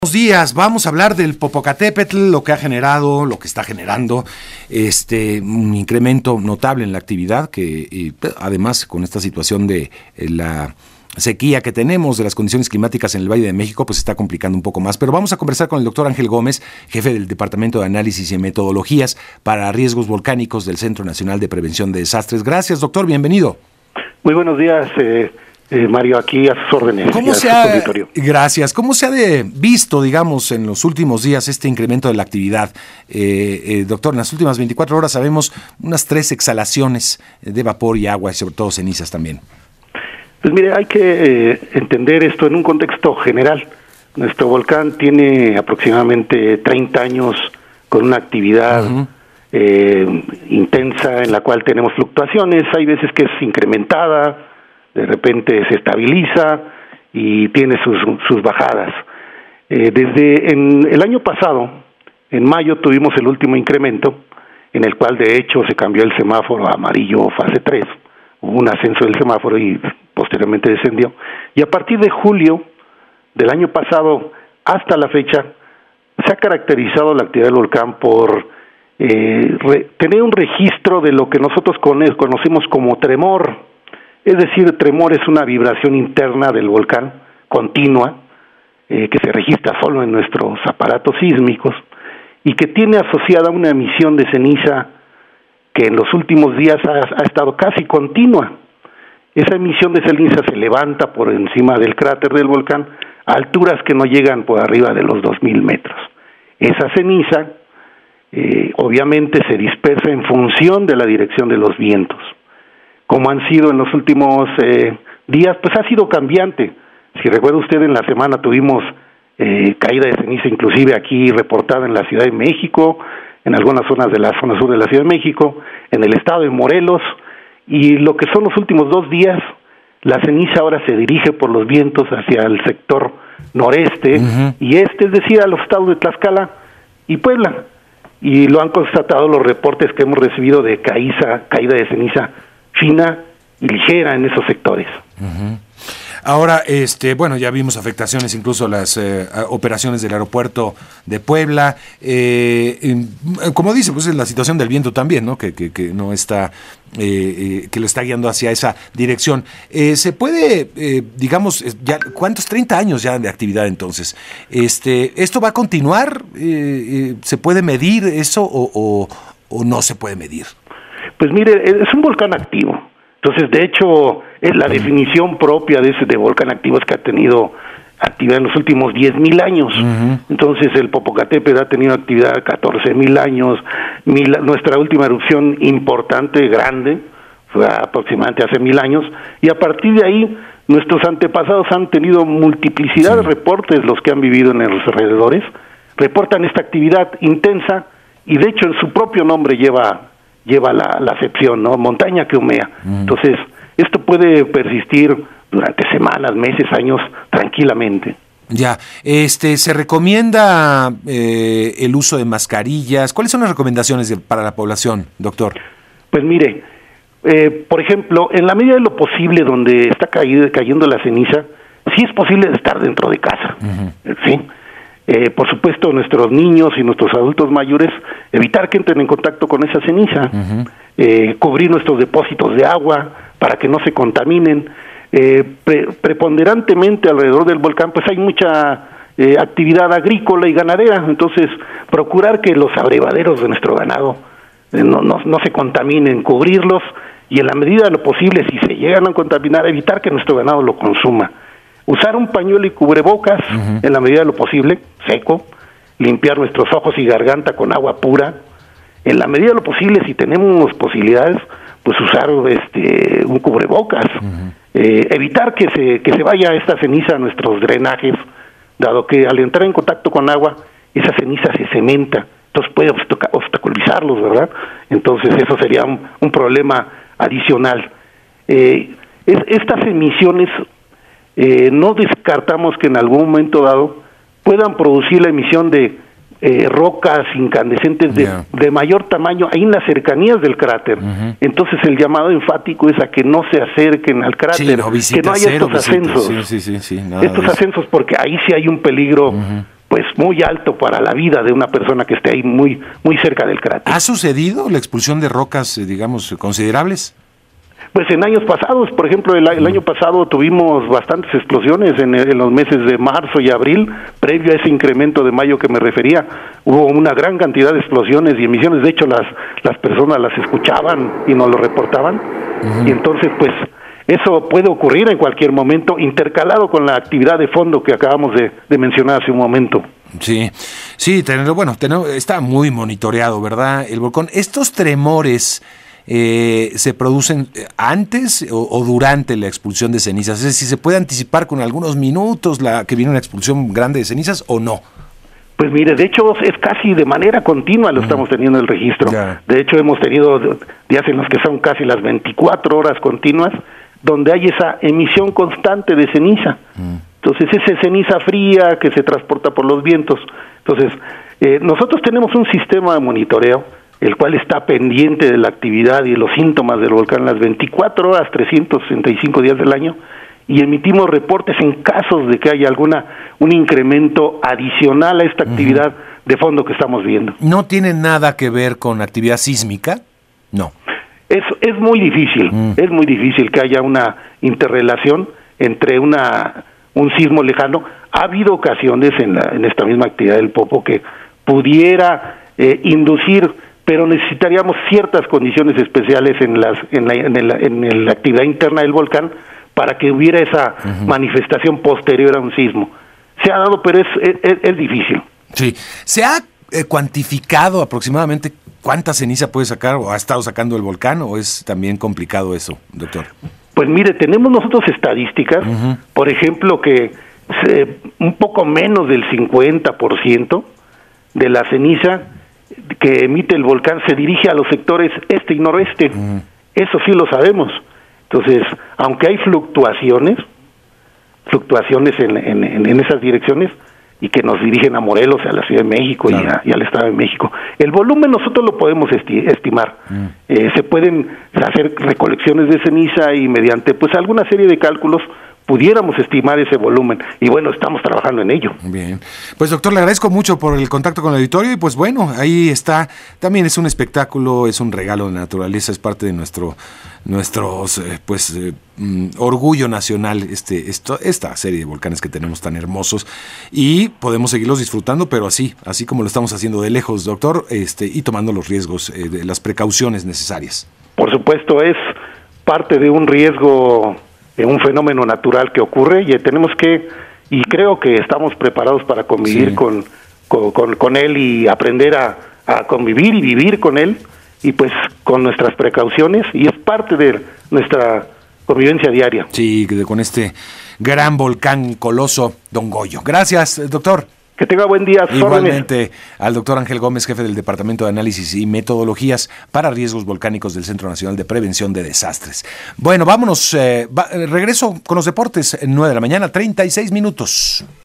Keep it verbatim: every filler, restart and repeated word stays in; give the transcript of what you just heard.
Buenos días, vamos a hablar del Popocatépetl, lo que ha generado, lo que está generando, este un incremento notable en la actividad que y, además con esta situación de eh, la sequía que tenemos, de las condiciones climáticas en el Valle de México, pues se está complicando un poco más. Pero vamos a conversar con el doctor Ángel Gómez, jefe del Departamento de Análisis y Metodologías para Riesgos Volcánicos del Centro Nacional de Prevención de Desastres. Gracias, doctor, bienvenido. Muy buenos días, eh, eh, Mario, aquí a sus órdenes. ¿Cómo se ha, gracias. ¿Cómo se ha de, visto, digamos, en los últimos días este incremento de la actividad? Eh, eh, doctor, en las últimas veinticuatro horas sabemos unas tres exhalaciones de vapor y agua y sobre todo cenizas también. Pues mire, hay que eh, entender esto en un contexto general. Nuestro volcán tiene aproximadamente treinta años con una actividad uh-huh. eh, intensa en la cual tenemos fluctuaciones. Hay veces que es incrementada, de repente se estabiliza y tiene sus, sus bajadas. Eh, desde en el año pasado, en mayo, tuvimos el último incremento, en el cual de hecho se cambió el semáforo a amarillo fase tres. Hubo un ascenso del semáforo y posteriormente descendió. Y a partir de julio del año pasado hasta la fecha, se ha caracterizado la actividad del volcán por eh, re, tener un registro de lo que nosotros conocemos como tremor. Es decir, tremor es una vibración interna del volcán, continua, eh, que se registra solo en nuestros aparatos sísmicos y que tiene asociada una emisión de ceniza que en los últimos días ha, ha estado casi continua. Esa emisión de ceniza se levanta por encima del cráter del volcán a alturas que no llegan por arriba de los dos mil metros. Esa ceniza eh, obviamente se dispersa en función de la dirección de los vientos. Como han sido en los últimos eh, días, pues ha sido cambiante. Si recuerda usted, en la semana tuvimos eh, caída de ceniza inclusive aquí reportada en la Ciudad de México, en algunas zonas de la zona sur de la Ciudad de México, en el estado de Morelos, y lo que son los últimos dos días, la ceniza ahora se dirige por los vientos hacia el sector noreste uh-huh. y este, es decir, a los estados de Tlaxcala y Puebla, y lo han constatado los reportes que hemos recibido de caída, caída de ceniza fina y ligera en esos sectores. Uh-huh. Ahora, este, bueno, ya vimos afectaciones, incluso las eh, operaciones del aeropuerto de Puebla. Eh, eh, como dice, pues es la situación del viento también, ¿no? Que, que, que no está, eh, eh, que lo está guiando hacia esa dirección. Eh, se puede, eh, digamos, ya ¿cuántos? treinta años ya de actividad entonces. Este, ¿esto va a continuar? Eh, eh, ¿Se puede medir eso o, o, o no se puede medir? Pues mire, es un volcán activo. Entonces, de hecho, es la definición propia de ese de volcán activo es que ha tenido actividad en los últimos diez mil años. Uh-huh. Entonces, el Popocatépetl ha tenido actividad catorce mil años. Mil, nuestra última erupción importante, grande, fue aproximadamente hace mil años. Y a partir de ahí, nuestros antepasados han tenido multiplicidad sí. de reportes, los que han vivido en los alrededores. Reportan esta actividad intensa y, de hecho, en su propio nombre lleva... lleva la, la acepción, ¿no? Montaña que humea. Mm. Entonces, esto puede persistir durante semanas, meses, años, tranquilamente. Ya, este, ¿se recomienda eh, el uso de mascarillas? ¿Cuáles son las recomendaciones de, para la población, doctor? Pues mire, eh, por ejemplo, en la medida de lo posible donde está caído, cayendo la ceniza, sí es posible estar dentro de casa, uh-huh. ¿sí? Eh, por supuesto, nuestros niños y nuestros adultos mayores, evitar que entren en contacto con esa ceniza, uh-huh. eh, cubrir nuestros depósitos de agua para que no se contaminen. Eh, pre- preponderantemente alrededor del volcán, pues hay mucha eh, actividad agrícola y ganadera, entonces procurar que los abrevaderos de nuestro ganado eh, no, no, no se contaminen, cubrirlos y en la medida de lo posible, si se llegan a contaminar, evitar que nuestro ganado lo consuma. Usar un pañuelo y cubrebocas uh-huh. en la medida de lo posible, seco, limpiar nuestros ojos y garganta con agua pura, en la medida de lo posible, si tenemos posibilidades, pues usar este un cubrebocas, uh-huh. eh, evitar que se que se vaya esta ceniza a nuestros drenajes, dado que al entrar en contacto con agua, esa ceniza se cementa, entonces puede obstaculizarlos, ¿verdad? Entonces eso sería un, un problema adicional. Eh, es, estas emisiones Eh, no descartamos que en algún momento dado puedan producir la emisión de eh, rocas incandescentes de, yeah. de mayor tamaño ahí en las cercanías del cráter. Uh-huh. Entonces el llamado enfático es a que no se acerquen al cráter, sí, no, que no haya cero, estos ascensos, sí, sí, sí, sí, estos ascensos, porque ahí sí hay un peligro uh-huh. pues muy alto para la vida de una persona que esté ahí muy, muy cerca del cráter. ¿Ha sucedido la expulsión de rocas, eh, digamos, considerables? Pues en años pasados, por ejemplo, el, el año pasado tuvimos bastantes explosiones en, en los meses de marzo y abril, previo a ese incremento de mayo que me refería. Hubo una gran cantidad de explosiones y emisiones, de hecho las, las personas las escuchaban y nos lo reportaban, uh-huh. Y entonces pues eso puede ocurrir en cualquier momento, intercalado con la actividad de fondo que acabamos de, de mencionar hace un momento. Sí, sí, tenerlo, bueno, tenerlo, está muy monitoreado, ¿verdad? El volcán. Estos tremores eh, se producen antes o, o durante la expulsión de cenizas. Es decir, ¿se puede anticipar con algunos minutos la que viene una expulsión grande de cenizas o no? Pues mire, de hecho es casi de manera continua lo mm. estamos teniendo el registro. Yeah. De hecho hemos tenido días en los que son casi las veinticuatro horas continuas, donde hay esa emisión constante de ceniza. Mm. Entonces, esa ceniza fría que se transporta por los vientos. Entonces, eh, nosotros tenemos un sistema de monitoreo, el cual está pendiente de la actividad y los síntomas del volcán las veinticuatro horas, trescientos sesenta y cinco días del año, y emitimos reportes en casos de que haya alguna un incremento adicional a esta actividad uh-huh. de fondo que estamos viendo. ¿No tiene nada que ver con actividad sísmica? No. Es, es muy difícil, mm. es muy difícil que haya una interrelación entre una un sismo lejano. Ha habido ocasiones en, la, en esta misma actividad del Popo que pudiera eh, inducir, pero necesitaríamos ciertas condiciones especiales en, las, en, la, en, el, en la actividad interna del volcán para que hubiera esa uh-huh. manifestación posterior a un sismo. Se ha dado, pero es, es, es difícil. Sí, ¿se ha eh, cuantificado aproximadamente cuánta ceniza puede sacar o ha estado sacando el volcán o es también complicado eso, doctor? Pues mire, tenemos nosotros estadísticas, uh-huh. por ejemplo, que se, un poco menos del cincuenta por ciento de la ceniza que emite el volcán se dirige a los sectores este y noroeste. Uh-huh. Eso sí lo sabemos. Entonces, aunque hay fluctuaciones, fluctuaciones en, en, en esas direcciones, y que nos dirigen a Morelos, a la Ciudad de México claro. y, a, y al Estado de México. El volumen nosotros lo podemos esti- estimar. Mm. Eh, se pueden hacer recolecciones de ceniza y mediante pues alguna serie de cálculos pudiéramos estimar ese volumen. Y bueno, estamos trabajando en ello. Bien. Pues doctor, le agradezco mucho por el contacto con el auditorio y pues bueno, ahí está. También es un espectáculo, es un regalo de naturaleza, es parte de nuestro nuestros eh, pues eh, mm, orgullo nacional este esto esta serie de volcanes que tenemos tan hermosos y podemos seguirlos disfrutando, pero así, así como lo estamos haciendo de lejos, doctor, este y tomando los riesgos, eh, de las precauciones necesarias. Por supuesto, es parte de un riesgo, eh, un fenómeno natural que ocurre y tenemos que, y creo que estamos preparados para convivir sí. con, con, con, con él y aprender a, a convivir y vivir con él, y pues con nuestras precauciones, y es parte de nuestra convivencia diaria. Sí, con este gran volcán coloso, Don Goyo. Gracias, doctor. Que tenga buen día. Igualmente órdenes. Al doctor Ángel Gómez, jefe del Departamento de Análisis y Metodologías para Riesgos Volcánicos del Centro Nacional de Prevención de Desastres. Bueno, vámonos, eh, va, regreso con los deportes, nueve de la mañana, treinta y seis minutos.